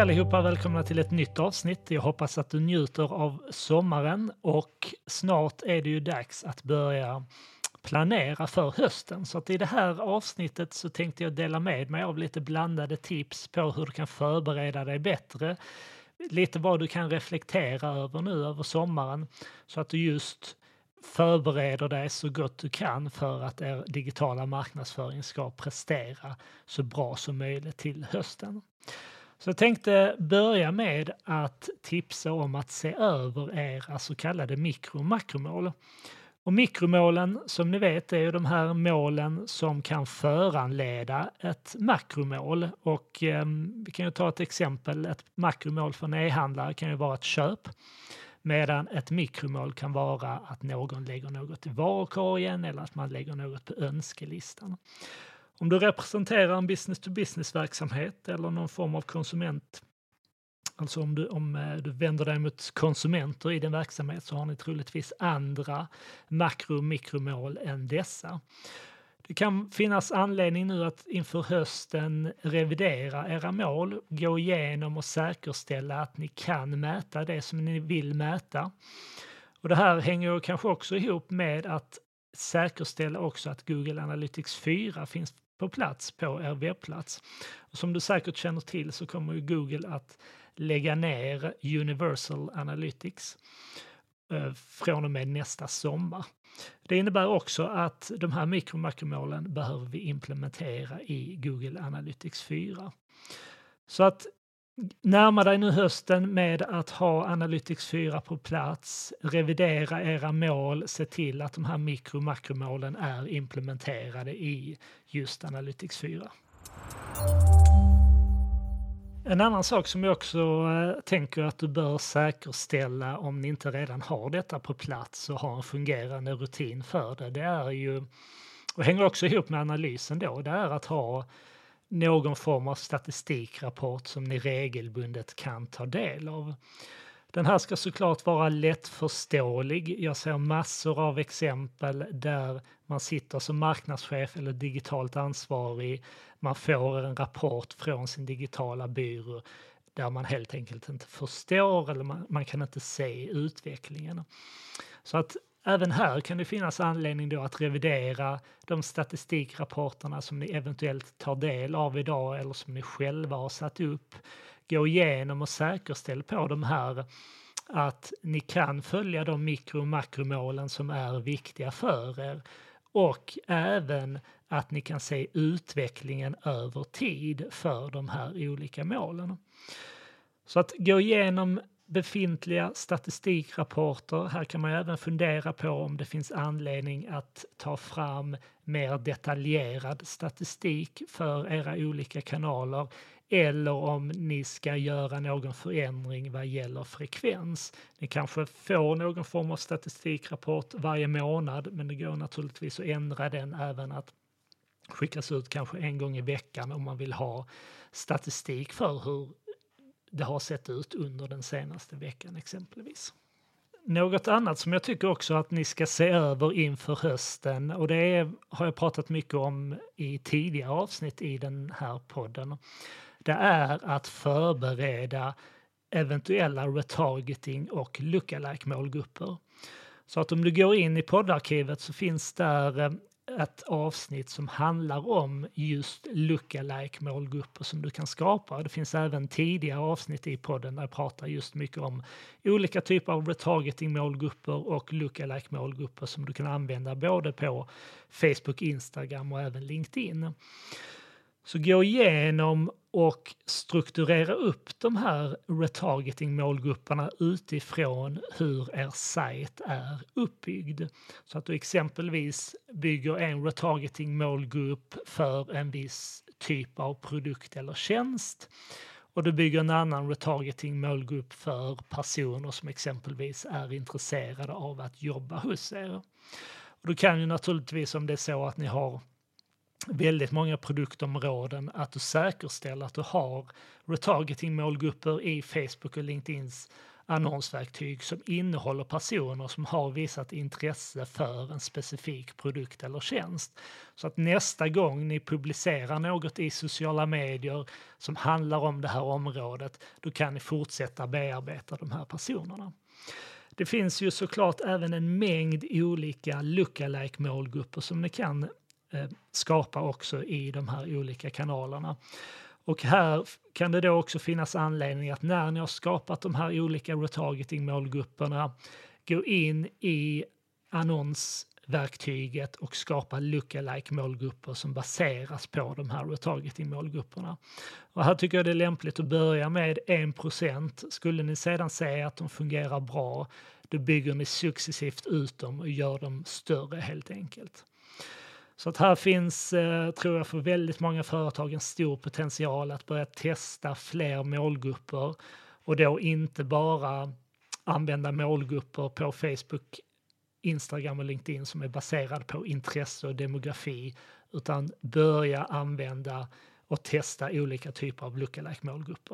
Hej allihopa, välkomna till ett nytt avsnitt. Jag hoppas att du njuter av sommaren och snart är det ju dags att börja planera för hösten. Så att i det här avsnittet så tänkte jag dela med mig av lite blandade tips på hur du kan förbereda dig bättre. Lite vad du kan reflektera över nu över sommaren så att du just förbereder dig så gott du kan för att er digitala marknadsföring ska prestera så bra som möjligt till hösten. Så jag tänkte börja med att tipsa om att se över era så kallade mikro- och makromål. Och mikromålen som ni vet är ju de här målen som kan föranleda ett makromål. Och vi kan ju ta ett exempel, ett makromål för en e-handlare kan ju vara ett köp. Medan ett mikromål kan vara att någon lägger något i varukorgen eller att man lägger något på önskelistan. Om du representerar en business-to-business-verksamhet eller någon form av konsument, alltså om du vänder dig mot konsumenter i din verksamhet så har ni troligtvis andra makro- och mikromål än dessa. Det kan finnas anledning nu att inför hösten revidera era mål, gå igenom och säkerställa att ni kan mäta det som ni vill mäta. Och det här hänger kanske också ihop med att säkerställa också att Google Analytics 4 finns på plats på er webbplats. Och som du säkert känner till så kommer ju Google att lägga ner Universal Analytics från och med nästa sommar. Det innebär också att de här mikromakromålen behöver vi implementera i Google Analytics 4. Så att närma dig nu hösten med att ha Analytics 4 på plats, revidera era mål, se till att de här mikromakromålen är implementerade i just Analytics 4. En annan sak som jag också tänker att du bör säkerställa om ni inte redan har detta på plats och har en fungerande rutin för det, det är ju, och hänger också ihop med analysen då, det är att ha någon form av statistikrapport som ni regelbundet kan ta del av. Den här ska såklart vara lättförståelig. Jag ser massor av exempel där man sitter som marknadschef eller digitalt ansvarig. Man får en rapport från sin digitala byrå där man helt enkelt inte förstår eller man kan inte se utvecklingen. Så att även här kan det finnas anledning då att revidera de statistikrapporterna som ni eventuellt tar del av idag eller som ni själva har satt upp. Gå igenom och säkerställ på de här att ni kan följa de mikro- och makromålen som är viktiga för er och även att ni kan se utvecklingen över tid för de här olika målen. Så att gå igenom befintliga statistikrapporter. Här kan man även fundera på om det finns anledning att ta fram mer detaljerad statistik för era olika kanaler eller om ni ska göra någon förändring vad gäller frekvens. Ni kanske får någon form av statistikrapport varje månad, men det går naturligtvis att ändra den även att skickas ut kanske en gång i veckan om man vill ha statistik för hur det har sett ut under den senaste veckan exempelvis. Något annat som jag tycker också att ni ska se över inför hösten, och det har jag pratat mycket om i tidigare avsnitt i den här podden, det är att förbereda eventuella retargeting och lookalike målgrupper. Så att om du går in i poddarkivet så finns där ett avsnitt som handlar om just lookalike målgrupper som du kan skapa. Det finns även tidigare avsnitt i podden där jag pratar just mycket om olika typer av retargeting målgrupper och lookalike målgrupper som du kan använda både på Facebook, Instagram och även LinkedIn. Så gå igenom och strukturera upp de här retargeting-målgrupperna utifrån hur er sajt är uppbyggd. Så att du exempelvis bygger en retargeting-målgrupp för en viss typ av produkt eller tjänst. Och du bygger en annan retargeting-målgrupp för personer som exempelvis är intresserade av att jobba hos er. Och du kan ju naturligtvis, om det är så att ni har väldigt många produktområden, att du säkerställer att du har retargeting-målgrupper i Facebook och LinkedIns annonsverktyg som innehåller personer som har visat intresse för en specifik produkt eller tjänst. Så att nästa gång ni publicerar något i sociala medier som handlar om det här området, då kan ni fortsätta bearbeta de här personerna. Det finns ju såklart även en mängd olika lookalike målgrupper som ni kan skapa också i de här olika kanalerna. Och här kan det då också finnas anledning att när ni har skapat de här olika retargeting målgrupperna, gå in i annonsverktyget och skapa lookalike målgrupper som baseras på de här retargeting målgrupperna. Och här tycker jag det är lämpligt att börja med 1%. Skulle ni sedan se att de fungerar bra, då bygger ni successivt ut dem och gör dem större helt enkelt. Så att här finns, tror jag, för väldigt många företag en stor potential att börja testa fler målgrupper och då inte bara använda målgrupper på Facebook, Instagram och LinkedIn som är baserade på intresse och demografi, utan börja använda och testa olika typer av lookalike målgrupper.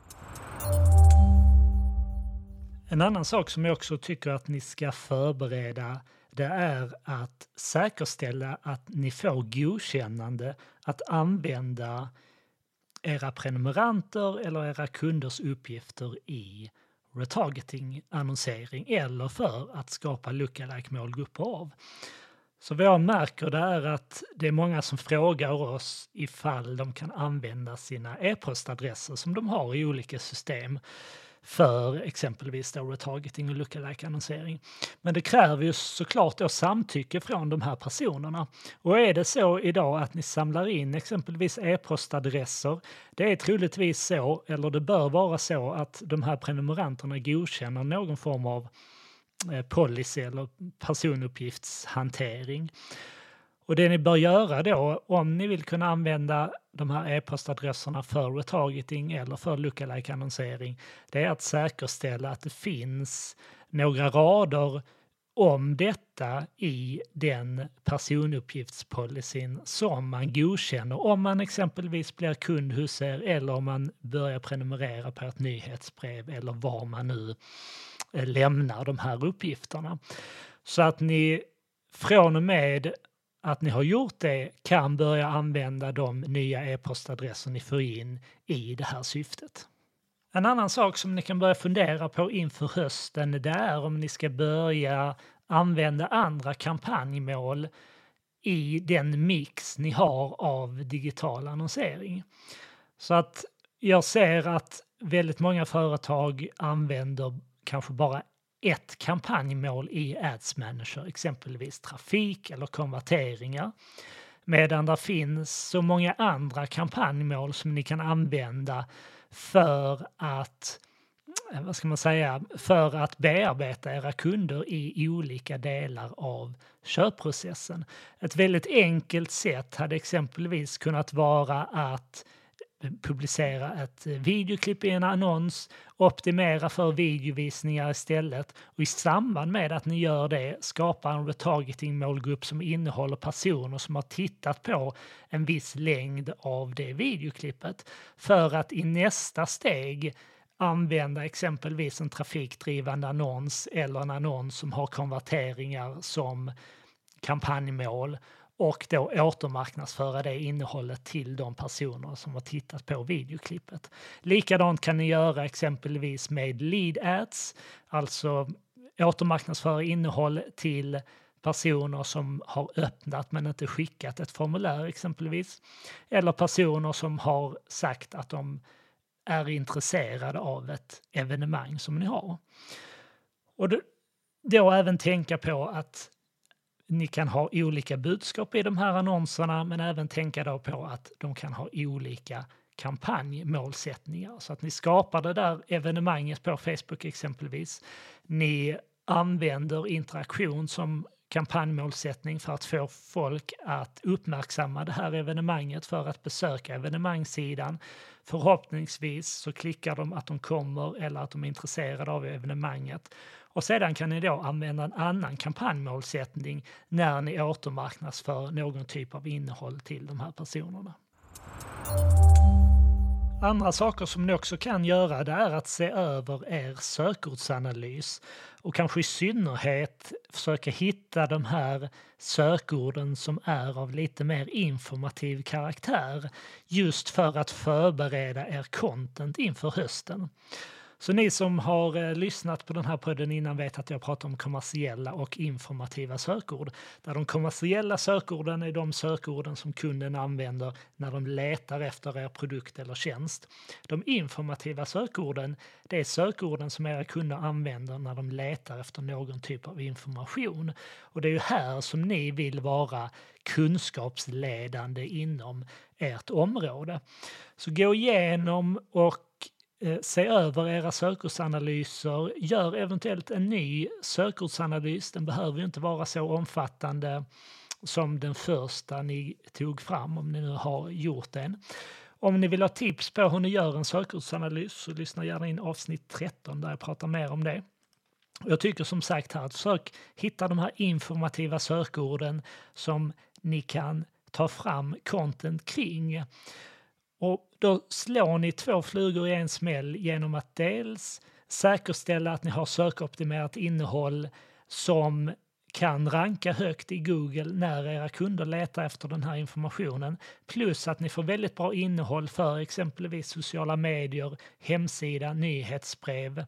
En annan sak som jag också tycker att ni ska förbereda, det är att säkerställa att ni får godkännande att använda era prenumeranter eller era kunders uppgifter i retargeting-annonsering eller för att skapa lookalike målgrupper av. Så vad jag märker det är att det är många som frågar oss ifall de kan använda sina e-postadresser som de har i olika system för exempelvis då retargeting och lookalike-annonsering. Men det kräver ju såklart då samtycke från de här personerna. Och är det så idag att ni samlar in exempelvis e-postadresser, det är troligtvis så, eller det bör vara så, att de här prenumeranterna godkänner någon form av policy eller personuppgiftshantering. Och det ni bör göra då, om ni vill kunna använda de här e-postadresserna för retargeting eller för lookalike-annonsering, det är att säkerställa att det finns några rader om detta i den personuppgiftspolicyn som man godkänner om man exempelvis blir kund hos er eller om man börjar prenumerera på ett nyhetsbrev eller var man nu lämnar de här uppgifterna. Så att ni från och med att ni har gjort det kan börja använda de nya e-postadresser ni får in i det här syftet. En annan sak som ni kan börja fundera på inför hösten, det är om ni ska börja använda andra kampanjmål i den mix ni har av digital annonsering. Så att jag ser att väldigt många företag använder kanske bara ett kampanjmål i Ads Manager, exempelvis trafik eller konverteringar. Medan det finns så många andra kampanjmål som ni kan använda för att, för att bearbeta era kunder i olika delar av köpprocessen. Ett väldigt enkelt sätt hade exempelvis kunnat vara att publicera ett videoklipp i en annons, optimera för videovisningar istället och i samband med att ni gör det skapa en retargeting-målgrupp som innehåller personer som har tittat på en viss längd av det videoklippet för att i nästa steg använda exempelvis en trafikdrivande annons eller en annons som har konverteringar som kampanjmål och då återmarknadsföra det innehållet till de personer som har tittat på videoklippet. Likadant kan ni göra exempelvis med lead ads, alltså återmarknadsföra innehåll till personer som har öppnat men inte skickat ett formulär exempelvis. Eller personer som har sagt att de är intresserade av ett evenemang som ni har. Och då även tänka på att ni kan ha olika budskap i de här annonserna men även tänka då på att de kan ha olika kampanjmålsättningar. Så att ni skapar det där evenemanget på Facebook exempelvis. Ni använder interaktion som kampanjmålsättning för att få folk att uppmärksamma det här evenemanget för att besöka evenemangssidan. Förhoppningsvis så klickar de att de kommer eller att de är intresserade av evenemanget. Och sedan kan ni då använda en annan kampanjmålsättning när ni återmarknadsför någon typ av innehåll till de här personerna. Andra saker som ni också kan göra, det är att se över er sökordsanalys och kanske i synnerhet försöka hitta de här sökorden som är av lite mer informativ karaktär, just för att förbereda er content inför hösten. Så ni som har lyssnat på den här podden innan vet att jag pratar om kommersiella och informativa sökord. Där de kommersiella sökorden är de sökorden som kunden använder när de letar efter er produkt eller tjänst. De informativa sökorden, det är sökorden som era kunder använder när de letar efter någon typ av information. Och det är ju här som ni vill vara kunskapsledande inom ert område. Så gå igenom och se över era sökordsanalyser, gör eventuellt en ny sökordsanalys. Den behöver ju inte vara så omfattande som den första ni tog fram, om ni nu har gjort en. Om ni vill ha tips på hur ni gör en sökordsanalys så lyssna gärna in avsnitt 13 där jag pratar mer om det. Jag tycker som sagt här att försök hitta de här informativa sökorden som ni kan ta fram content kring. Och då slår ni 2 flugor i en smäll genom att dels säkerställa att ni har sökoptimerat innehåll som kan ranka högt i Google när era kunder letar efter den här informationen. Plus att ni får väldigt bra innehåll för exempelvis sociala medier, hemsida, nyhetsbrev.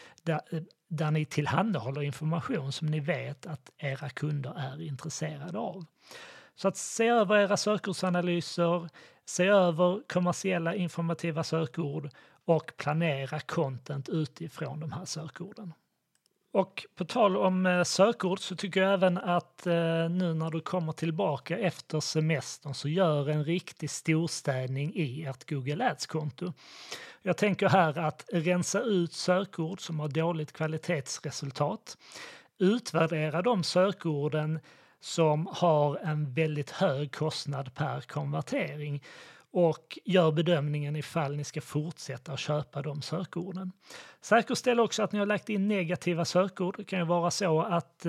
Där ni tillhandahåller information som ni vet att era kunder är intresserade av. Så att se över era sökordsanalyser, se över kommersiella informativa sökord och planera content utifrån de här sökorden. Och på tal om sökord så tycker jag även att nu när du kommer tillbaka efter semestern så gör en riktig storstädning i ert Google Ads-konto. Jag tänker här att rensa ut sökord som har dåligt kvalitetsresultat, utvärdera de sökorden som har en väldigt hög kostnad per konvertering och gör bedömningen ifall ni ska fortsätta att köpa de sökorden. Säkerställ också att ni har lagt in negativa sökord. Det kan ju vara så att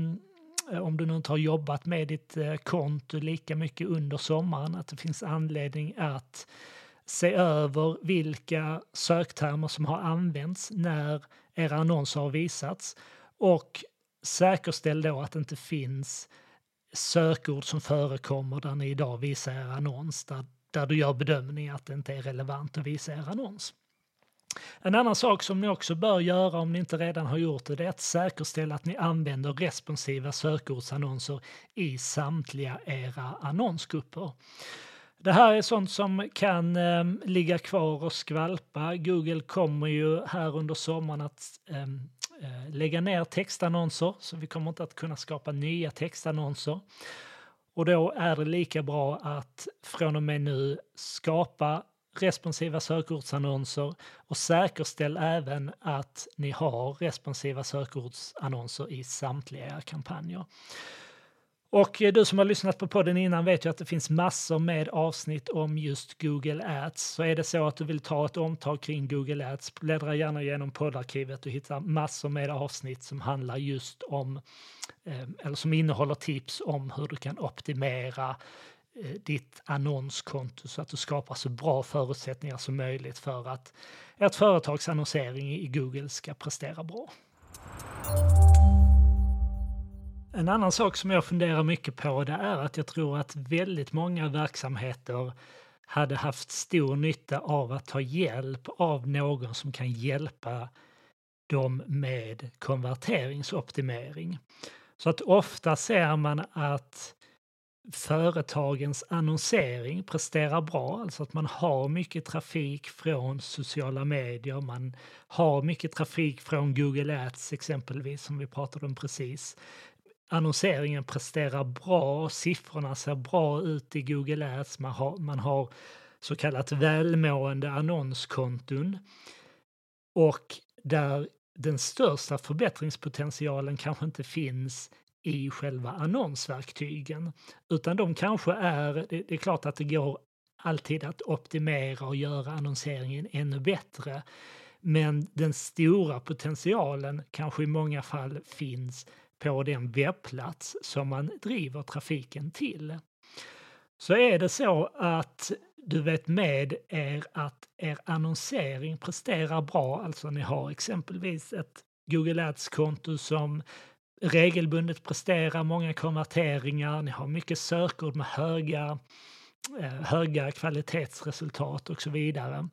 om du nu inte har jobbat med ditt konto lika mycket under sommaren, att det finns anledning att se över vilka söktermer som har använts när era annonser har visats och säkerställ då att det inte finns sökord som förekommer där ni idag visar er annons där du gör bedömning att det inte är relevant att visa er annons. En annan sak som ni också bör göra om ni inte redan har gjort det är att säkerställa att ni använder responsiva sökordsannonser i samtliga era annonsgrupper. Det här är sånt som kan ligga kvar och skvalpa. Google kommer ju här under sommaren att lägga ner textannonser, så vi kommer inte att kunna skapa nya textannonser. Och då är det lika bra att från och med nu skapa responsiva sökordsannonser och säkerställ även att ni har responsiva sökordsannonser i samtliga era kampanjer. Och du som har lyssnat på podden innan vet ju att det finns massor med avsnitt om just Google Ads. Så är det så att du vill ta ett omtag kring Google Ads, bläddra gärna igenom poddarkivet och hitta massor med avsnitt som handlar just om, eller som innehåller tips om hur du kan optimera ditt annonskonto så att du skapar så bra förutsättningar som möjligt för att ert företags annonsering i Google ska prestera bra. En annan sak som jag funderar mycket på det är att jag tror att väldigt många verksamheter hade haft stor nytta av att ta hjälp av någon som kan hjälpa dem med konverteringsoptimering. Så att ofta ser man att företagens annonsering presterar bra, alltså att man har mycket trafik från sociala medier, man har mycket trafik från Google Ads exempelvis som vi pratade om precis. Annonseringen presterar bra, siffrorna ser bra ut i Google Ads, man har så kallat välmående annonskonton och där den största förbättringspotentialen kanske inte finns i själva annonsverktygen, utan de kanske det är klart att det går alltid att optimera och göra annonseringen ännu bättre, men den stora potentialen kanske i många fall finns på den webbplats som man driver trafiken till. Så är det så att du vet med er att er annonsering presterar bra, alltså ni har exempelvis ett Google Ads-konto som regelbundet presterar många konverteringar, ni har mycket sökord med höga kvalitetsresultat och så vidare.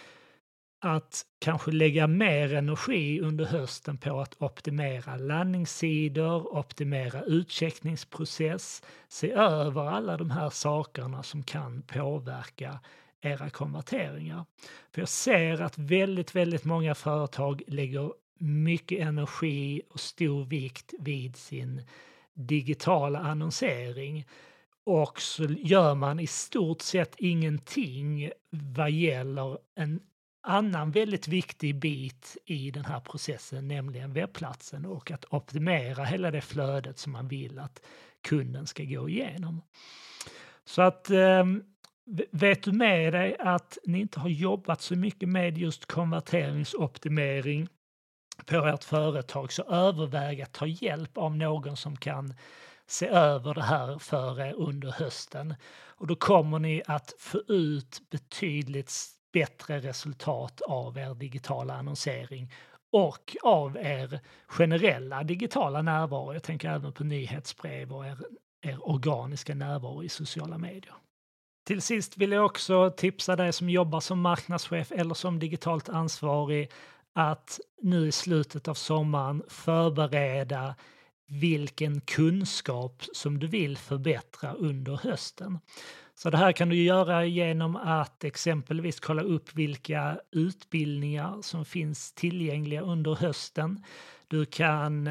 Att kanske lägga mer energi under hösten på att optimera landningssidor, optimera utcheckningsprocess, se över alla de här sakerna som kan påverka era konverteringar. För jag ser att väldigt många företag lägger mycket energi och stor vikt vid sin digitala annonsering. Och så gör man i stort sett ingenting vad gäller en annan väldigt viktig bit i den här processen, nämligen webbplatsen och att optimera hela det flödet som man vill att kunden ska gå igenom. Så att vet du med dig att ni inte har jobbat så mycket med just konverteringsoptimering på ert företag, så överväg att ta hjälp av någon som kan se över det här för er under hösten. Och då kommer ni att få ut betydligt bättre resultat av er digitala annonsering och av er generella digitala närvaro. Jag tänker även på nyhetsbrev och er organiska närvaro i sociala medier. Till sist vill jag också tipsa dig som jobbar som marknadschef eller som digitalt ansvarig att nu i slutet av sommaren förbereda vilken kunskap som du vill förbättra under hösten. Så det här kan du göra genom att exempelvis kolla upp vilka utbildningar som finns tillgängliga under hösten. Du kan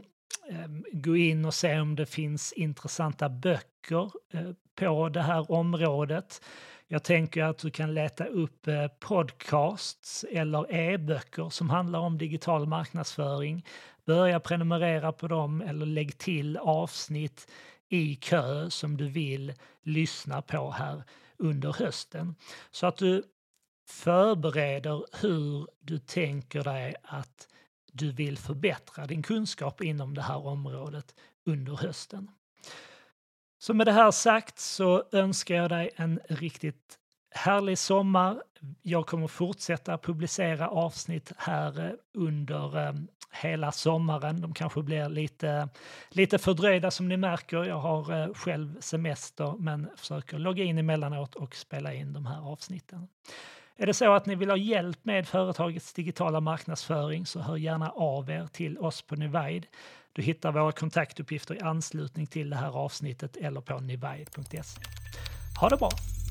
gå in och se om det finns intressanta böcker på det här området. Jag tänker att du kan leta upp podcasts eller e-böcker som handlar om digital marknadsföring. Börja prenumerera på dem eller lägg till avsnitt i kö som du vill lyssna på här under hösten. Så att du förbereder hur du tänker dig att du vill förbättra din kunskap inom det här området under hösten. Så med det här sagt så önskar jag dig en riktigt härlig sommar. Jag kommer fortsätta publicera avsnitt här under hela sommaren. De kanske blir lite fördröjda som ni märker. Jag har själv semester men försöker logga in emellanåt och spela in de här avsnitten. Är det så att ni vill ha hjälp med företagets digitala marknadsföring så hör gärna av er till oss på Nivide. Du hittar våra kontaktuppgifter i anslutning till det här avsnittet eller på nivide.se. Ha det bra!